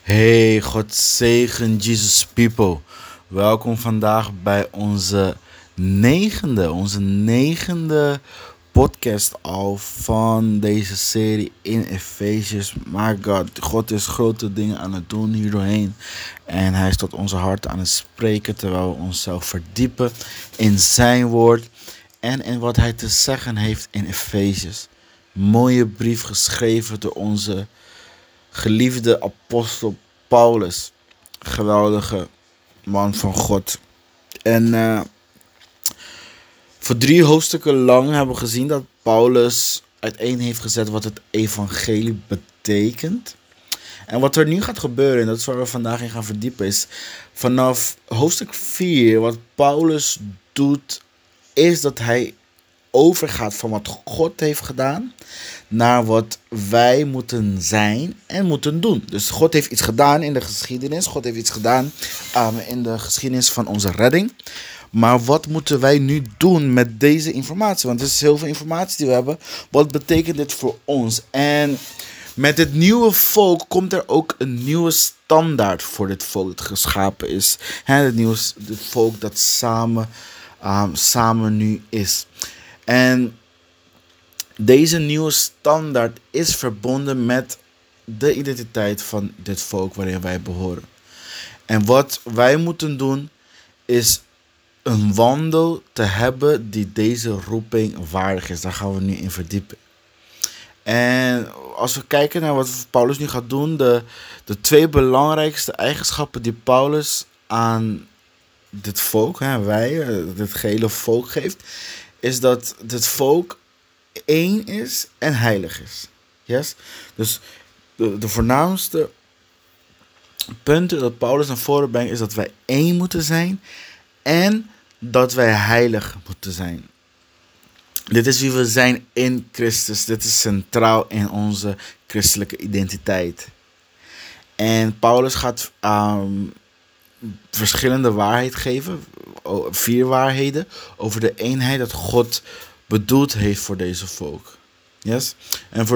Hey, God zegen Jesus people. Welkom vandaag bij onze negende podcast al van deze serie in Efeziërs. My God, God is grote dingen aan het doen hier doorheen. En hij is tot onze harten aan het spreken terwijl we onszelf verdiepen in zijn woord. En in wat hij te zeggen heeft in Efeziërs. Mooie brief geschreven door onze geliefde apostel Paulus. Geweldige man van God. En voor 3 hoofdstukken lang hebben we gezien dat Paulus uiteen heeft gezet wat het evangelie betekent. En wat er nu gaat gebeuren, en dat is waar we vandaag in gaan verdiepen, is vanaf hoofdstuk 4, wat Paulus doet, is dat hij overgaat van wat God heeft gedaan naar wat wij moeten zijn en moeten doen. Dus God heeft iets gedaan in de geschiedenis. God heeft iets gedaan in de geschiedenis van onze redding. Maar wat moeten wij nu doen met deze informatie? Want er is heel veel informatie die we hebben. Wat betekent dit voor ons? En met dit nieuwe volk komt er ook een nieuwe standaard voor dit volk dat geschapen is. Het volk dat samen nu is. En deze nieuwe standaard is verbonden met de identiteit van dit volk waarin wij behoren. En wat wij moeten doen is een wandel te hebben die deze roeping waardig is. Daar gaan we nu in verdiepen. En als we kijken naar wat Paulus nu gaat doen, de 2 belangrijkste eigenschappen die Paulus aan dit volk, dit gehele volk geeft, is dat dit volk één is en heilig is. Yes? Dus de voornaamste punten dat Paulus naar voren brengt is dat wij één moeten zijn en dat wij heilig moeten zijn. Dit is wie we zijn in Christus. Dit is centraal in onze christelijke identiteit. En Paulus gaat verschillende waarheden geven, 4 waarheden over de eenheid dat God bedoeld heeft voor deze volk. Yes? En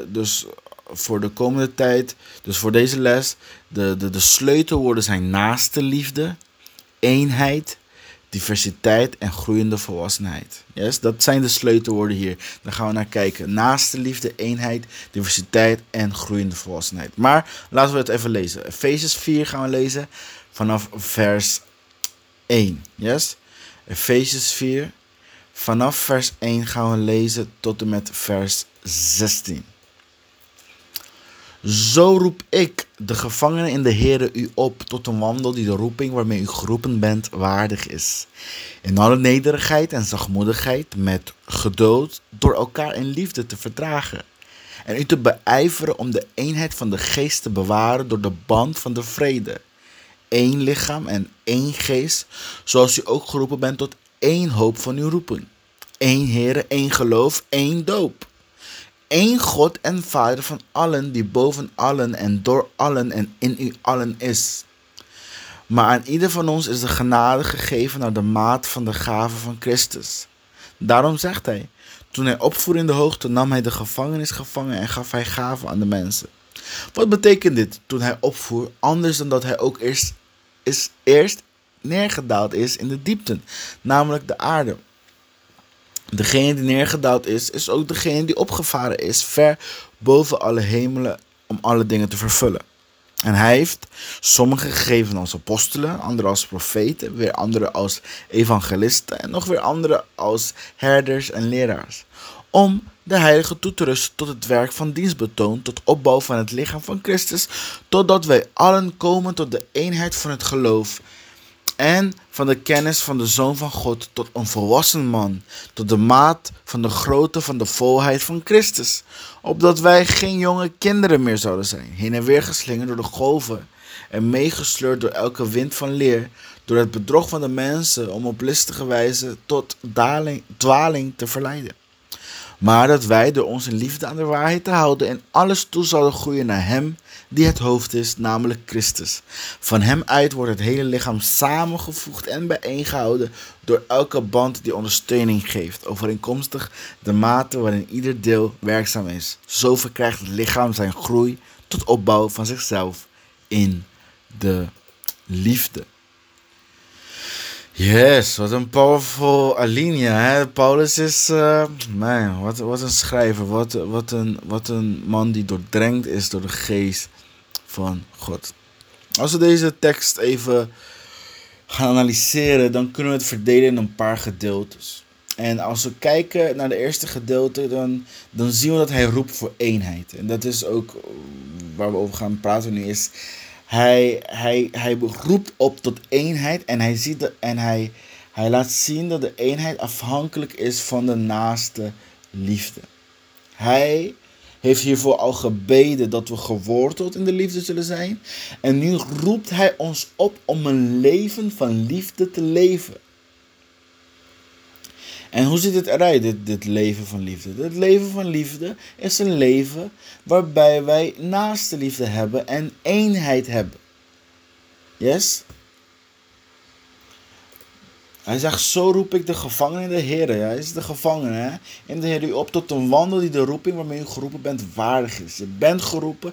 voor de komende tijd, dus voor deze les, de sleutelwoorden zijn naaste liefde, eenheid, diversiteit en groeiende volwassenheid. Yes? Dat zijn de sleutelwoorden hier. Daar gaan we naar kijken. Naaste liefde, eenheid, diversiteit en groeiende volwassenheid. Maar laten we het even lezen. Efeziërs 4 gaan we lezen vanaf vers 1. Yes? Efeziërs 4. Vanaf vers 1 gaan we lezen tot en met vers 16. Zo roep ik, de gevangenen in de Here, u op tot een wandel die de roeping waarmee u geroepen bent waardig is. In alle nederigheid en zachtmoedigheid, met geduld, door elkaar in liefde te verdragen. En u te beijveren om de eenheid van de geest te bewaren door de band van de vrede. 1 lichaam en 1 geest, zoals u ook geroepen bent tot 1 hoop van uw roeping. 1 Heere, 1 geloof, 1 doop. 1 God en Vader van allen, die boven allen en door allen en in u allen is. Maar aan ieder van ons is de genade gegeven naar de maat van de gave van Christus. Daarom zegt hij, toen hij opvoer in de hoogte, nam hij de gevangenis gevangen en gaf hij gaven aan de mensen. Wat betekent dit toen hij opvoer, anders dan dat hij ook eerst neergedaald is in de diepten, namelijk de aarde. Degene die neergedaald is ook degene die opgevaren is, ver boven alle hemelen, om alle dingen te vervullen. En hij heeft sommigen gegeven als apostelen, anderen als profeten, weer anderen als evangelisten en nog weer anderen als herders en leraars. Om de heiligen toe te rusten tot het werk van dienstbetoon, tot opbouw van het lichaam van Christus, totdat wij allen komen tot de eenheid van het geloof en van de kennis van de Zoon van God, tot een volwassen man, tot de maat van de grootte van de volheid van Christus, opdat wij geen jonge kinderen meer zouden zijn, heen en weer geslingerd door de golven en meegesleurd door elke wind van leer, door het bedrog van de mensen om op listige wijze tot dwaling te verleiden. Maar dat wij door onze liefde aan de waarheid te houden en alles toe zouden groeien naar hem die het hoofd is, namelijk Christus. Van hem uit wordt het hele lichaam samengevoegd en bijeengehouden door elke band die ondersteuning geeft, overeenkomstig de mate waarin ieder deel werkzaam is. Zo verkrijgt het lichaam zijn groei tot opbouw van zichzelf in de liefde. Yes, wat een powerful alinea. Hè? Paulus is, wat een schrijver. Wat een man die doordrenkt is door de geest van God. Als we deze tekst even gaan analyseren, dan kunnen we het verdelen in een paar gedeeltes. En als we kijken naar de eerste gedeelte, dan zien we dat hij roept voor eenheid. En dat is ook waar we over gaan praten nu is. Hij roept op tot eenheid en hij laat zien dat de eenheid afhankelijk is van de naaste liefde. Hij heeft hiervoor al gebeden dat we geworteld in de liefde zullen zijn. En nu roept hij ons op om een leven van liefde te leven. En hoe ziet het eruit, dit leven van liefde? Dit leven van liefde is een leven waarbij wij naaste liefde hebben en eenheid hebben. Yes? Hij zegt, zo roep ik de gevangenen in de Heer. Ja, hij is de gevangene in de Heer u op tot een wandel die de roeping waarmee u geroepen bent waardig is. Je bent geroepen,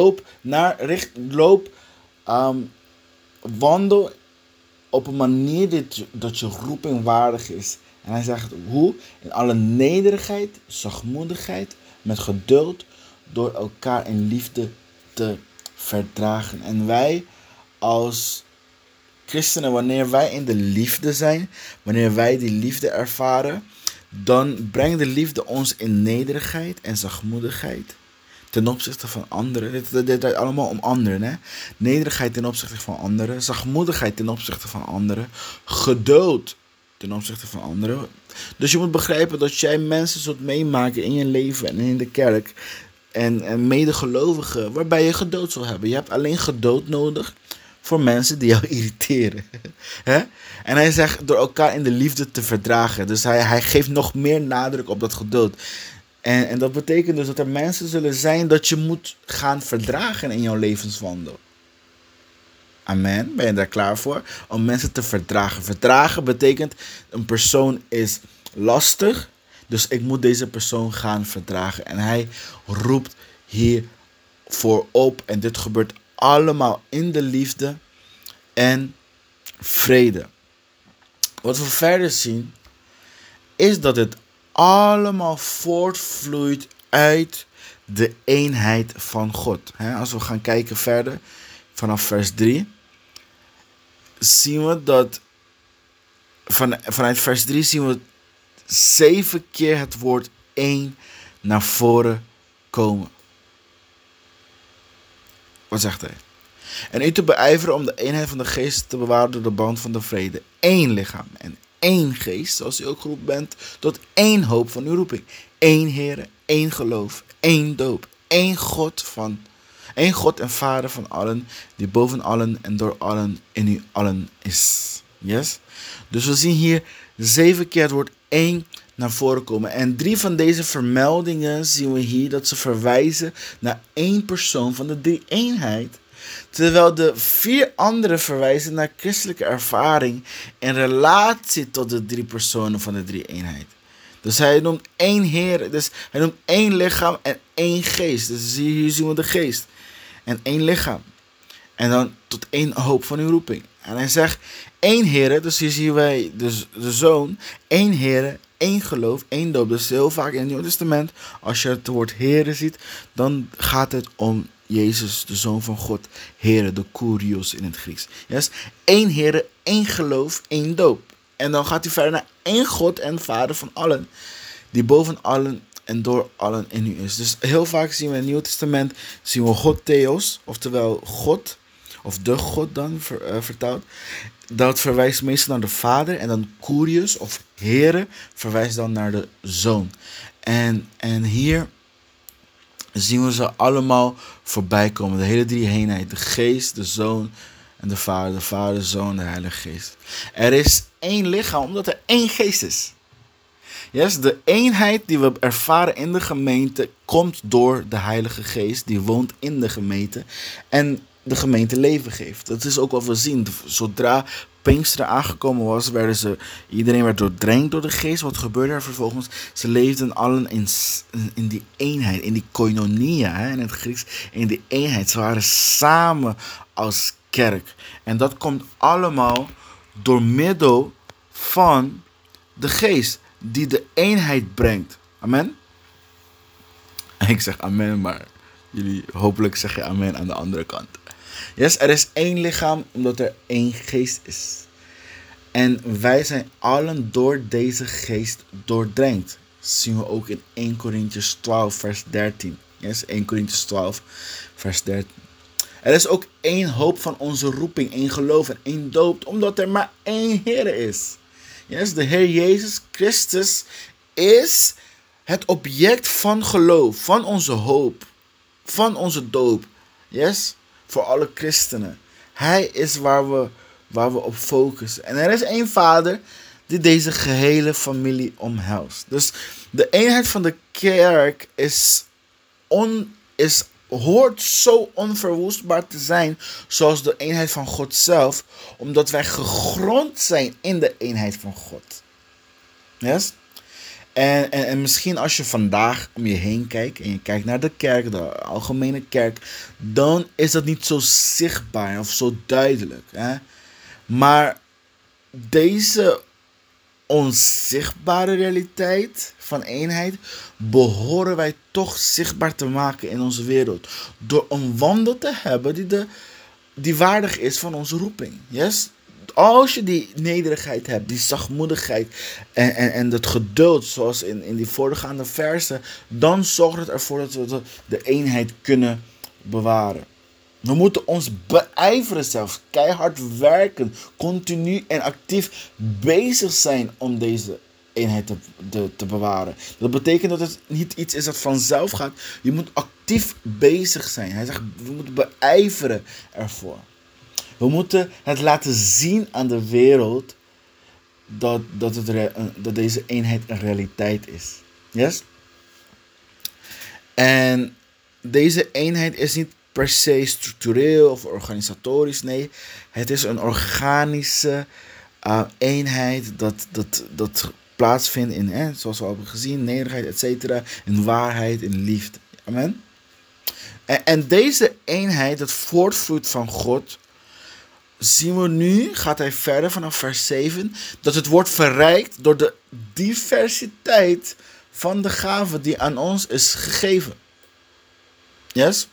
wandel op een manier dat je roeping waardig is. En hij zegt hoe? In alle nederigheid, zachtmoedigheid, met geduld, door elkaar in liefde te verdragen. En wij als christenen, wanneer wij in de liefde zijn, wanneer wij die liefde ervaren, dan brengt de liefde ons in nederigheid en zachtmoedigheid ten opzichte van anderen. Dit draait allemaal om anderen. Hè? Nederigheid ten opzichte van anderen, zachtmoedigheid ten opzichte van anderen, geduld ten opzichte van anderen. Dus je moet begrijpen dat jij mensen zult meemaken in je leven en in de kerk en medegelovigen waarbij je geduld zal hebben. Je hebt alleen geduld nodig voor mensen die jou irriteren. En hij zegt door elkaar in de liefde te verdragen. Dus hij geeft nog meer nadruk op dat geduld. En dat betekent dus dat er mensen zullen zijn dat je moet gaan verdragen in jouw levenswandel. Amen. Ben je daar klaar voor? Om mensen te verdragen. Verdragen betekent een persoon is lastig. Dus ik moet deze persoon gaan verdragen. En hij roept hiervoor op. En dit gebeurt allemaal in de liefde en vrede. Wat we verder zien is dat het allemaal voortvloeit uit de eenheid van God. Als we gaan kijken verder vanaf vers 3 zien we dat vanuit vers 3 zien we 7 keer het woord één naar voren komen. Wat zegt hij? En u te beijveren om de eenheid van de geest te bewaren door de band van de vrede. Één lichaam en één geest, zoals u ook geroepen bent, tot één hoop van uw roeping. Één Heere, één geloof, één doop, één God en Vader van allen, die boven allen en door allen in u allen is. Yes? Dus we zien hier 7 keer het woord één naar voren komen. En 3 van deze vermeldingen zien we hier dat ze verwijzen naar één persoon van de drie-eenheid. Terwijl de 4 andere verwijzen naar christelijke ervaring in relatie tot de 3 personen van de drie-eenheid. Dus hij noemt één Heer, dus hij noemt één lichaam en één geest. Dus hier zien we de geest. En één lichaam. En dan tot één hoop van uw roeping. En hij zegt één Heer, dus hier zien wij dus de Zoon, één Heer, één geloof, één doop. Dus heel vaak in het Nieuwe Testament, als je het woord Heer ziet, dan gaat het om Jezus, de Zoon van God, Heere, de Kurios in het Grieks. Yes? Eén Heere, één geloof, één doop. En dan gaat hij verder naar één God en Vader van allen, die boven allen en door allen in u is. Dus heel vaak zien we in het Nieuwe Testament, zien we God Theos, oftewel God, of de God dan vertaald. Dat verwijst meestal naar de Vader en dan Kurios of Heere verwijst dan naar de Zoon. En hier zien we ze allemaal voorbij komen. De hele drie-eenheid. De Geest, de Zoon en de Vader. De Vader, de Zoon en de Heilige Geest. Er is één lichaam omdat er één geest is. Yes, de eenheid die we ervaren in de gemeente komt door de Heilige Geest. Die woont in de gemeente. En de gemeente leven geeft. Dat is ook wat we zien. Zodra Pinksteren aangekomen was, iedereen werd doordrenkt door de geest. Wat gebeurde er vervolgens? Ze leefden allen in die eenheid, in die koinonia, in het Grieks, in die eenheid. Ze waren samen als kerk. En dat komt allemaal door middel van de geest die de eenheid brengt. Amen? Ik zeg amen, maar jullie hopelijk zeggen amen aan de andere kant. Yes, er is één lichaam omdat er één geest is. En wij zijn allen door deze geest doordrenkt. Dat zien we ook in 1 Korintiërs 12 vers 13. Yes, 1 Korintiërs 12 vers 13. Er is ook één hoop van onze roeping, één geloof en één doop, omdat er maar één Heer is. Yes, de Heer Jezus Christus is het object van geloof, van onze hoop, van onze doop. Yes, voor alle christenen. Hij is waar we op focussen. En er is één Vader die deze gehele familie omhelst. Dus de eenheid van de kerk hoort zo onverwoestbaar te zijn zoals de eenheid van God zelf, omdat wij gegrond zijn in de eenheid van God. Yes? En misschien als je vandaag om je heen kijkt en je kijkt naar de kerk, de algemene kerk, dan is dat niet zo zichtbaar of zo duidelijk. Hè? Maar deze onzichtbare realiteit van eenheid behoren wij toch zichtbaar te maken in onze wereld. Door een wandel te hebben die waardig is van onze roeping. Yes? Als je die nederigheid hebt, die zachtmoedigheid en dat geduld, zoals in die voorgaande versen, dan zorgt het ervoor dat we de eenheid kunnen bewaren. We moeten ons beijveren zelfs, keihard werken, continu en actief bezig zijn om deze eenheid te bewaren. Dat betekent dat het niet iets is dat vanzelf gaat. Je moet actief bezig zijn. Hij zegt, we moeten beijveren ervoor. We moeten het laten zien aan de wereld dat deze eenheid een realiteit is. Yes? En deze eenheid is niet per se structureel of organisatorisch. Nee, het is een organische eenheid dat plaatsvindt in, zoals we al hebben gezien, nederigheid, etc. In waarheid, in liefde. Amen. En deze eenheid, dat voortvloeit van God, zien we nu, gaat hij verder vanaf vers 7, dat het wordt verrijkt door de diversiteit van de gaven die aan ons is gegeven. Yes?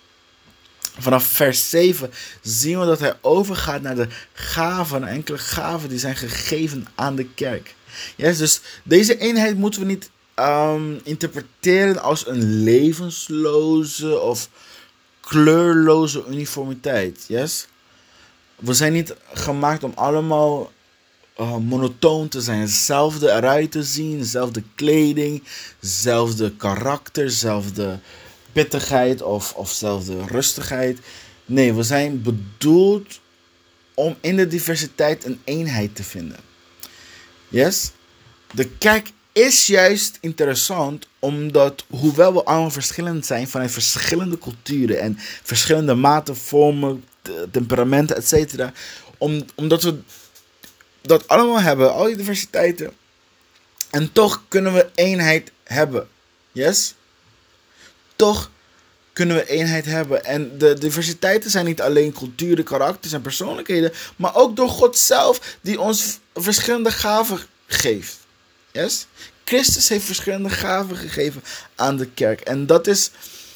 Vanaf vers 7 zien we dat hij overgaat naar de gaven, enkele gaven die zijn gegeven aan de kerk. Yes? Dus deze eenheid moeten we niet interpreteren als een levensloze of kleurloze uniformiteit. Yes? We zijn niet gemaakt om allemaal monotoon te zijn. Hetzelfde eruit te zien, dezelfde kleding, hetzelfde karakter, dezelfde pittigheid of zelfde rustigheid. Nee, we zijn bedoeld om in de diversiteit een eenheid te vinden. Yes? De kerk is juist interessant omdat, hoewel we allemaal verschillend zijn vanuit verschillende culturen en verschillende maten, vormen, temperamenten, etc. Omdat we dat allemaal hebben, al die diversiteiten, en toch kunnen we eenheid hebben. Yes? Toch kunnen we eenheid hebben. En de diversiteiten zijn niet alleen culturen, karakters en persoonlijkheden, maar ook door God zelf die ons verschillende gaven geeft. Yes? Christus heeft verschillende gaven gegeven aan de kerk. En dat is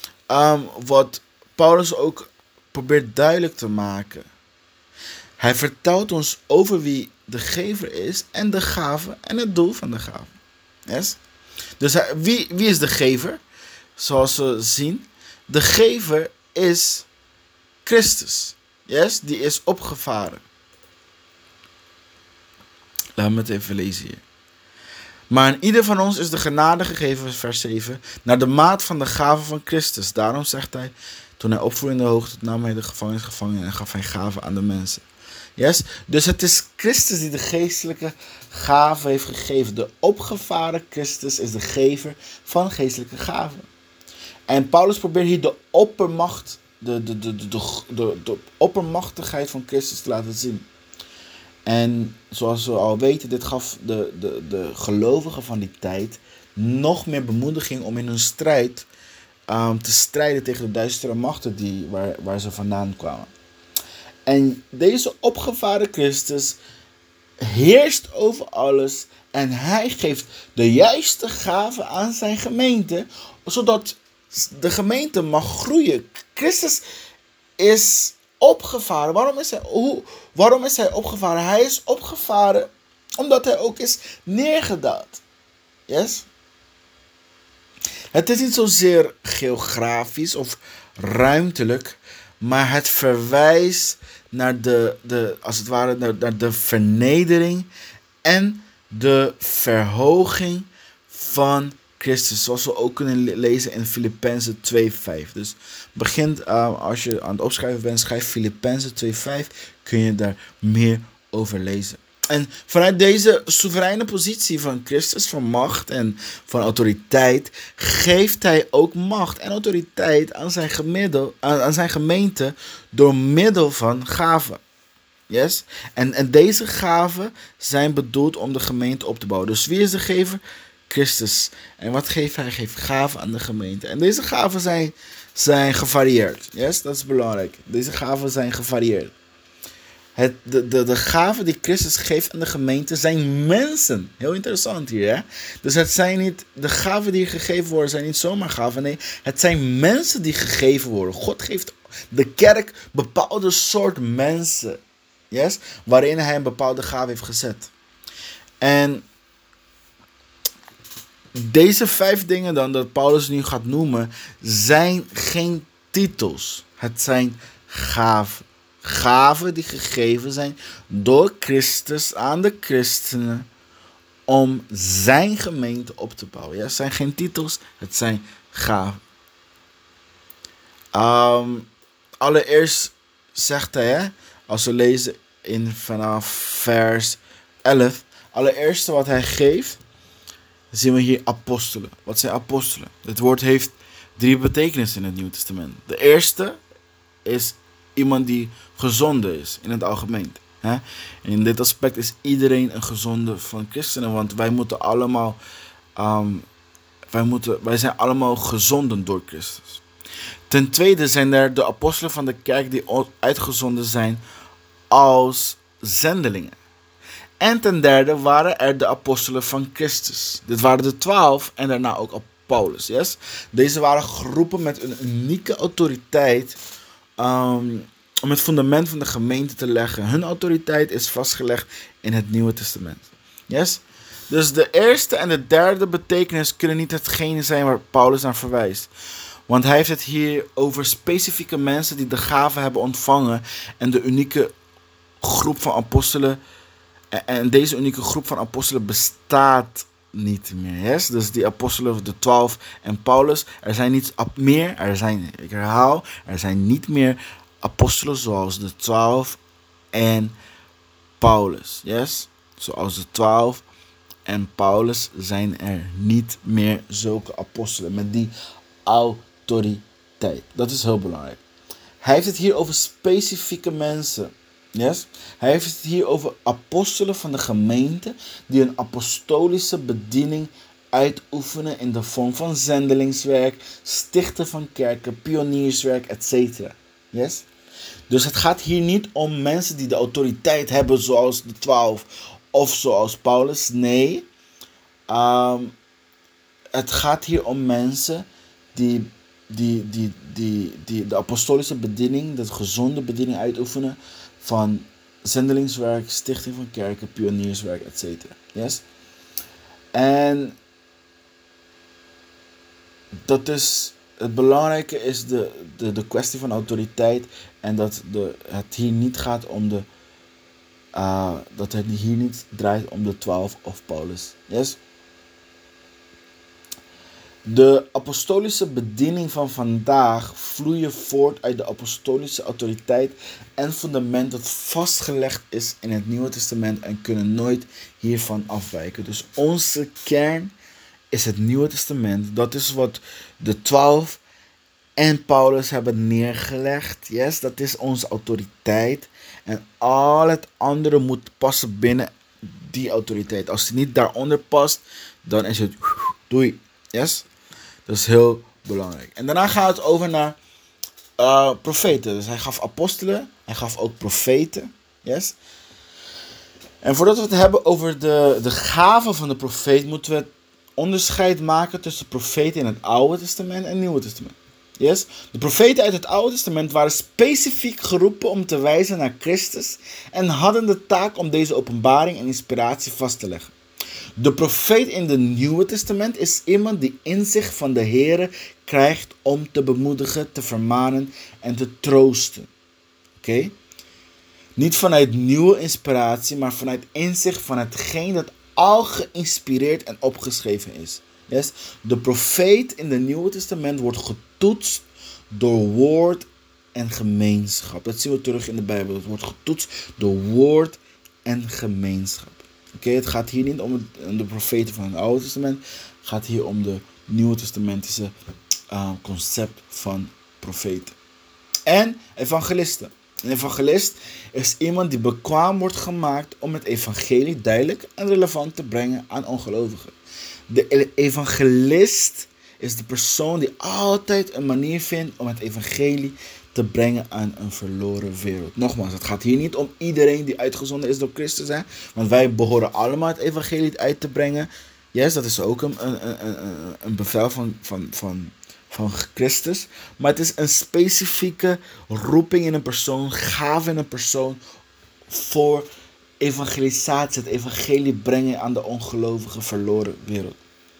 wat Paulus ook probeert duidelijk te maken. Hij vertelt ons over wie de gever is en de gave en het doel van de gave. Yes? Dus wie is de gever? Zoals we zien, de gever is Christus. Yes? Die is opgevaren. Laten we het even lezen hier. Maar aan ieder van ons is de genade gegeven, vers 7, naar de maat van de gave van Christus. Daarom zegt hij, toen hij opvoer in de hoogte, nam hij de gevangenis gevangen en gaf hij gaven aan de mensen. Yes? Dus het is Christus die de geestelijke gave heeft gegeven. De opgevaren Christus is de gever van geestelijke gaven. En Paulus probeert hier de oppermacht de oppermachtigheid van Christus te laten zien. En zoals we al weten, dit gaf de gelovigen van die tijd nog meer bemoediging om in hun strijd te strijden tegen de duistere machten waar ze vandaan kwamen. En deze opgevaren Christus heerst over alles en hij geeft de juiste gaven aan zijn gemeente, zodat de gemeente mag groeien. Christus is opgevaren. Waarom is hij opgevaren? Hij is opgevaren omdat hij ook is neergedaald. Yes? Het is niet zozeer geografisch of ruimtelijk, maar het verwijst naar als het ware, naar de vernedering en de verhoging van Christus. Zoals we ook kunnen lezen in Filippenzen 2:5. Dus begint, als je aan het opschrijven bent, schrijf Filippenzen 2:5. Kun je daar meer over lezen. En vanuit deze soevereine positie van Christus, van macht en van autoriteit, geeft hij ook macht en autoriteit aan zijn gemeente door middel van gaven. Yes? En deze gaven zijn bedoeld om de gemeente op te bouwen. Dus wie is de gever? Christus. En wat geeft hij? Hij geeft gaven aan de gemeente. En deze gaven zijn gevarieerd. Yes? Dat is belangrijk. Deze gaven zijn gevarieerd. De gaven die Christus geeft aan de gemeente zijn mensen. Heel interessant hier, hè? Dus het zijn niet, de gaven die gegeven worden zijn niet zomaar gaven. Nee, het zijn mensen die gegeven worden. God geeft de kerk bepaalde soort mensen. Yes? Waarin hij een bepaalde gave heeft gezet. En deze 5 dingen dan, dat Paulus nu gaat noemen, zijn geen titels. Het zijn gaven. Gaven die gegeven zijn door Christus aan de christenen om zijn gemeente op te bouwen. Ja, het zijn geen titels, het zijn gaven. Allereerst zegt hij, hè, als we lezen vanaf vers 11, allereerste wat hij geeft, zien we hier apostelen. Wat zijn apostelen? Het woord heeft 3 betekenissen in het Nieuwe Testament. De eerste is iemand die gezonden is in het algemeen. En in dit aspect is iedereen een gezonde van christenen, want wij moeten allemaal, wij zijn allemaal gezonden door Christus. Ten tweede zijn er de apostelen van de kerk die uitgezonden zijn als zendelingen. En ten derde waren er de apostelen van Christus. Dit waren de 12 en daarna ook Paulus. Yes? Deze waren groepen met een unieke autoriteit om het fundament van de gemeente te leggen. Hun autoriteit is vastgelegd in het Nieuwe Testament. Yes? Dus de eerste en de derde betekenis kunnen niet hetgene zijn waar Paulus naar verwijst. Want hij heeft het hier over specifieke mensen die de gaven hebben ontvangen en de unieke groep van apostelen. En deze unieke groep van apostelen bestaat niet meer. Yes? Dus die apostelen, de 12 en Paulus, er zijn niet meer, ik herhaal, er zijn niet meer apostelen zoals de 12 en Paulus. Yes? Zoals de 12 en Paulus zijn er niet meer zulke apostelen met die autoriteit. Dat is heel belangrijk. Hij heeft het hier over specifieke mensen. Yes? Hij heeft het hier over apostelen van de gemeente die een apostolische bediening uitoefenen in de vorm van zendelingswerk, stichten van kerken, pionierswerk, etc. Yes? Dus het gaat hier niet om mensen die de autoriteit hebben zoals de 12 of zoals Paulus. Nee, het gaat hier om mensen die de apostolische bediening, de gezonde bediening uitoefenen van zendelingswerk, stichting van kerken, pionierswerk, etc. Yes? En dat is, het belangrijke is de kwestie van autoriteit en dat het hier niet gaat om dat het hier niet draait om de 12 of Paulus. Yes? De apostolische bediening van vandaag vloeien voort uit de apostolische autoriteit en fundament dat vastgelegd is in het Nieuwe Testament en kunnen nooit hiervan afwijken. Dus onze kern is het Nieuwe Testament. Dat is wat de 12 en Paulus hebben neergelegd. Yes, dat is onze autoriteit. En al het andere moet passen binnen die autoriteit. Als het niet daaronder past, dan is het doei. Yes, dat is heel belangrijk. En daarna gaat het over naar profeten. Dus hij gaf apostelen, hij gaf ook profeten. Yes. En voordat we het hebben over de gaven van de profeet, moeten we het onderscheid maken tussen profeten in het Oude Testament en het Nieuwe Testament. Yes? De profeten uit het Oude Testament waren specifiek geroepen om te wijzen naar Christus en hadden de taak om deze openbaring en inspiratie vast te leggen. De profeet in het Nieuwe Testament is iemand die inzicht van de Here krijgt om te bemoedigen, te vermanen en te troosten. Oké? Niet vanuit nieuwe inspiratie, maar vanuit inzicht van hetgeen dat al geïnspireerd en opgeschreven is. Yes? De profeet in het Nieuwe Testament wordt getoetst door woord en gemeenschap. Dat zien we terug in de Bijbel. Het wordt getoetst door woord en gemeenschap. Oké, het gaat hier niet om de profeten van het Oude Testament. Het gaat hier om de Nieuwe Testamentische concept van profeten. En evangelisten. Een evangelist is iemand die bekwaam wordt gemaakt om het evangelie duidelijk en relevant te brengen aan ongelovigen. De evangelist is de persoon die altijd een manier vindt om het evangelie te brengen aan een verloren wereld. Nogmaals, het gaat hier niet om iedereen die uitgezonden is door Christus. Hè? Want wij behoren allemaal het evangelie uit te brengen. Yes, dat is ook een bevel van Christus. Maar het is een specifieke roeping in een persoon, gave in een persoon voor evangelisatie, het evangelie brengen aan de ongelovige verloren wereld.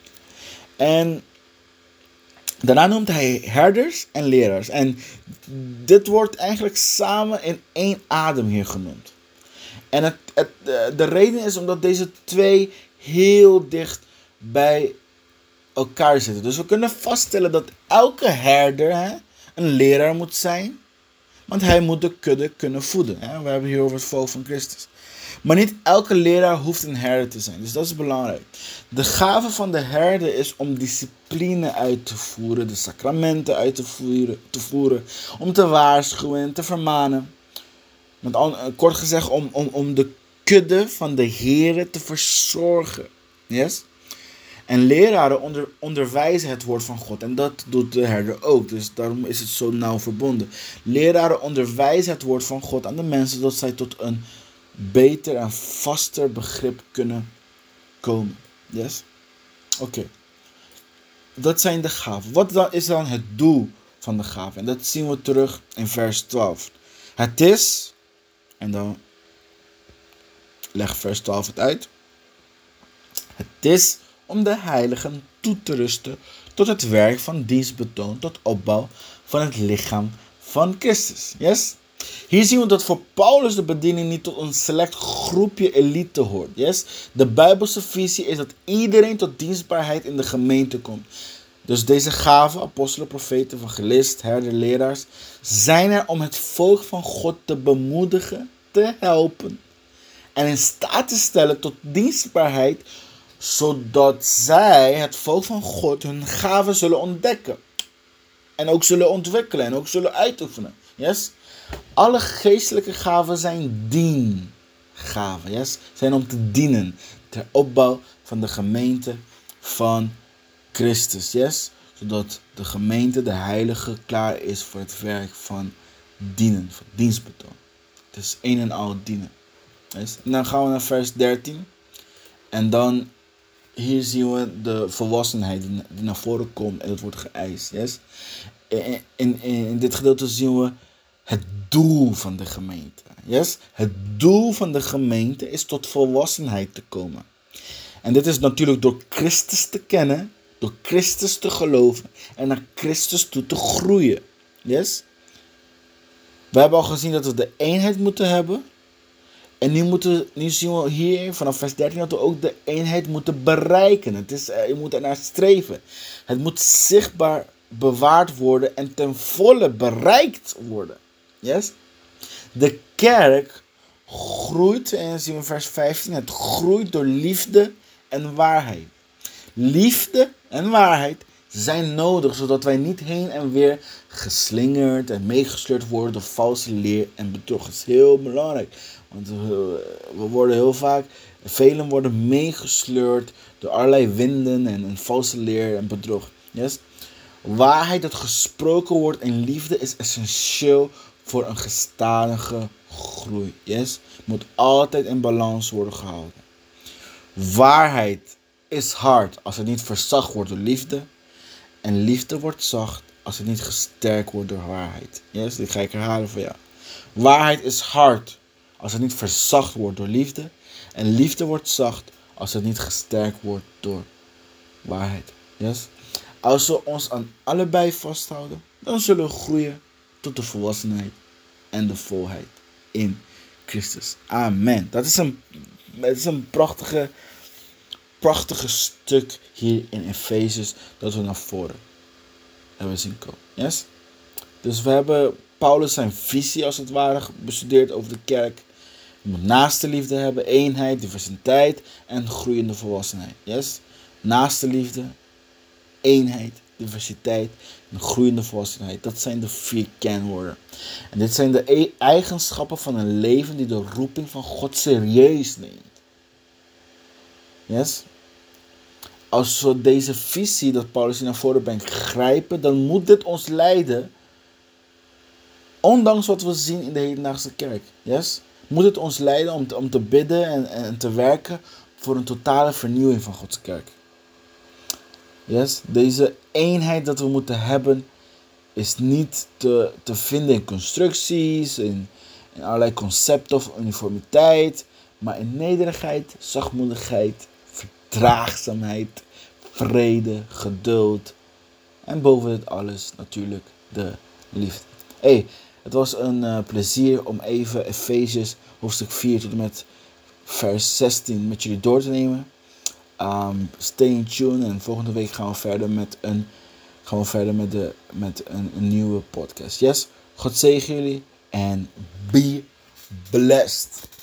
En daarna noemt hij herders en leraars. En dit wordt eigenlijk samen in één adem hier genoemd. En de reden is omdat deze twee heel dicht bij elkaar zitten. Dus we kunnen vaststellen dat elke herder een leraar moet zijn. Want hij moet de kudde kunnen voeden. Hè? We hebben hier over het volk van Christus. Maar niet elke leraar hoeft een herder te zijn. Dus dat is belangrijk. De gave van de herder is om discipline uit te voeren. De sacramenten uit te voeren. Om te waarschuwen en te vermanen. Kort gezegd om de kudde van de Here te verzorgen. Yes? En leraren onderwijzen het woord van God. En dat doet de herder ook. Dus daarom is het zo nauw verbonden. Leraren onderwijzen het woord van God aan de mensen, zodat zij tot een beter en vaster begrip kunnen komen. Yes? Oké. Dat zijn de gaven. Wat is dan het doel van de gaven? En dat zien we terug in vers 12. Het is, en dan leg vers 12 het uit. Het is om de heiligen toe te rusten tot het werk van dienstbetoon, tot opbouw van het lichaam van Christus. Yes? Hier zien we dat voor Paulus de bediening niet tot een select groepje elite hoort. Yes? De Bijbelse visie is dat iedereen tot dienstbaarheid in de gemeente komt. Dus deze gaven, apostelen, profeten, evangelist, herder, leraars, zijn er om het volk van God te bemoedigen, te helpen en in staat te stellen tot dienstbaarheid, zodat zij, het volk van God, hun gaven zullen ontdekken. En ook zullen ontwikkelen en ook zullen uitoefenen. Yes? Alle geestelijke gaven zijn diengaven. Yes? Zijn om te dienen. Ter opbouw van de gemeente van Christus. Yes? Zodat de gemeente, de heilige, klaar is voor het werk van dienen. Van dienstbetoon. Het is een en al dienen. Yes? En dan gaan we naar vers 13. En dan hier zien we de volwassenheid die naar voren komt en het wordt geëist. Yes? In dit gedeelte zien we het doel van de gemeente. Yes? Het doel van de gemeente is tot volwassenheid te komen. En dit is natuurlijk door Christus te kennen, door Christus te geloven en naar Christus toe te groeien. Yes? We hebben al gezien dat we de eenheid moeten hebben. En nu zien we hier vanaf vers 13 dat we ook de eenheid moeten bereiken. Je moet ernaar streven. Het moet zichtbaar bewaard worden en ten volle bereikt worden. Yes? De kerk groeit, en zien we in vers 15, het groeit door liefde en waarheid. Liefde en waarheid Ze zijn nodig, zodat wij niet heen en weer geslingerd en meegesleurd worden door valse leer en bedrog. Dat is heel belangrijk. Want we worden heel vaak, velen worden meegesleurd door allerlei winden en valse leer en bedrog. Yes? Waarheid dat gesproken wordt in liefde is essentieel voor een gestadige groei. Yes? Moet altijd in balans worden gehouden. Waarheid is hard als het niet verzacht wordt door liefde. En liefde wordt zacht als het niet gesterkt wordt door waarheid. Yes, dit ga ik herhalen voor jou. Waarheid is hard als het niet verzacht wordt door liefde. En liefde wordt zacht als het niet gesterkt wordt door waarheid. Yes? Als we ons aan allebei vasthouden, dan zullen we groeien tot de volwassenheid en de volheid in Christus. Amen. Dat is een prachtige stuk hier in Efezes dat we naar voren hebben zien komen. Yes? Dus we hebben Paulus zijn visie als het ware bestudeerd over de kerk. Je moet naaste liefde hebben, eenheid, diversiteit en groeiende volwassenheid. Yes? Naaste liefde, eenheid, diversiteit en groeiende volwassenheid. Dat zijn de 4 kernwoorden. En dit zijn de eigenschappen van een leven die de roeping van God serieus neemt. Yes? Als we deze visie dat Paulus hier naar voren brengt grijpen, dan moet dit ons leiden, ondanks wat we zien in de hedendaagse kerk. Yes? Moet het ons leiden om te bidden en te werken voor een totale vernieuwing van Gods kerk. Yes? Deze eenheid dat we moeten hebben is niet te vinden in constructies, in allerlei concepten of uniformiteit, maar in nederigheid, zachtmoedigheid, verdraagzaamheid, vrede, geduld en boven dit alles natuurlijk de liefde. Het was een plezier om even Efezes hoofdstuk 4 tot en met vers 16 met jullie door te nemen. Stay in tune en volgende week gaan we verder met een nieuwe podcast. Yes, God zegen jullie en be blessed.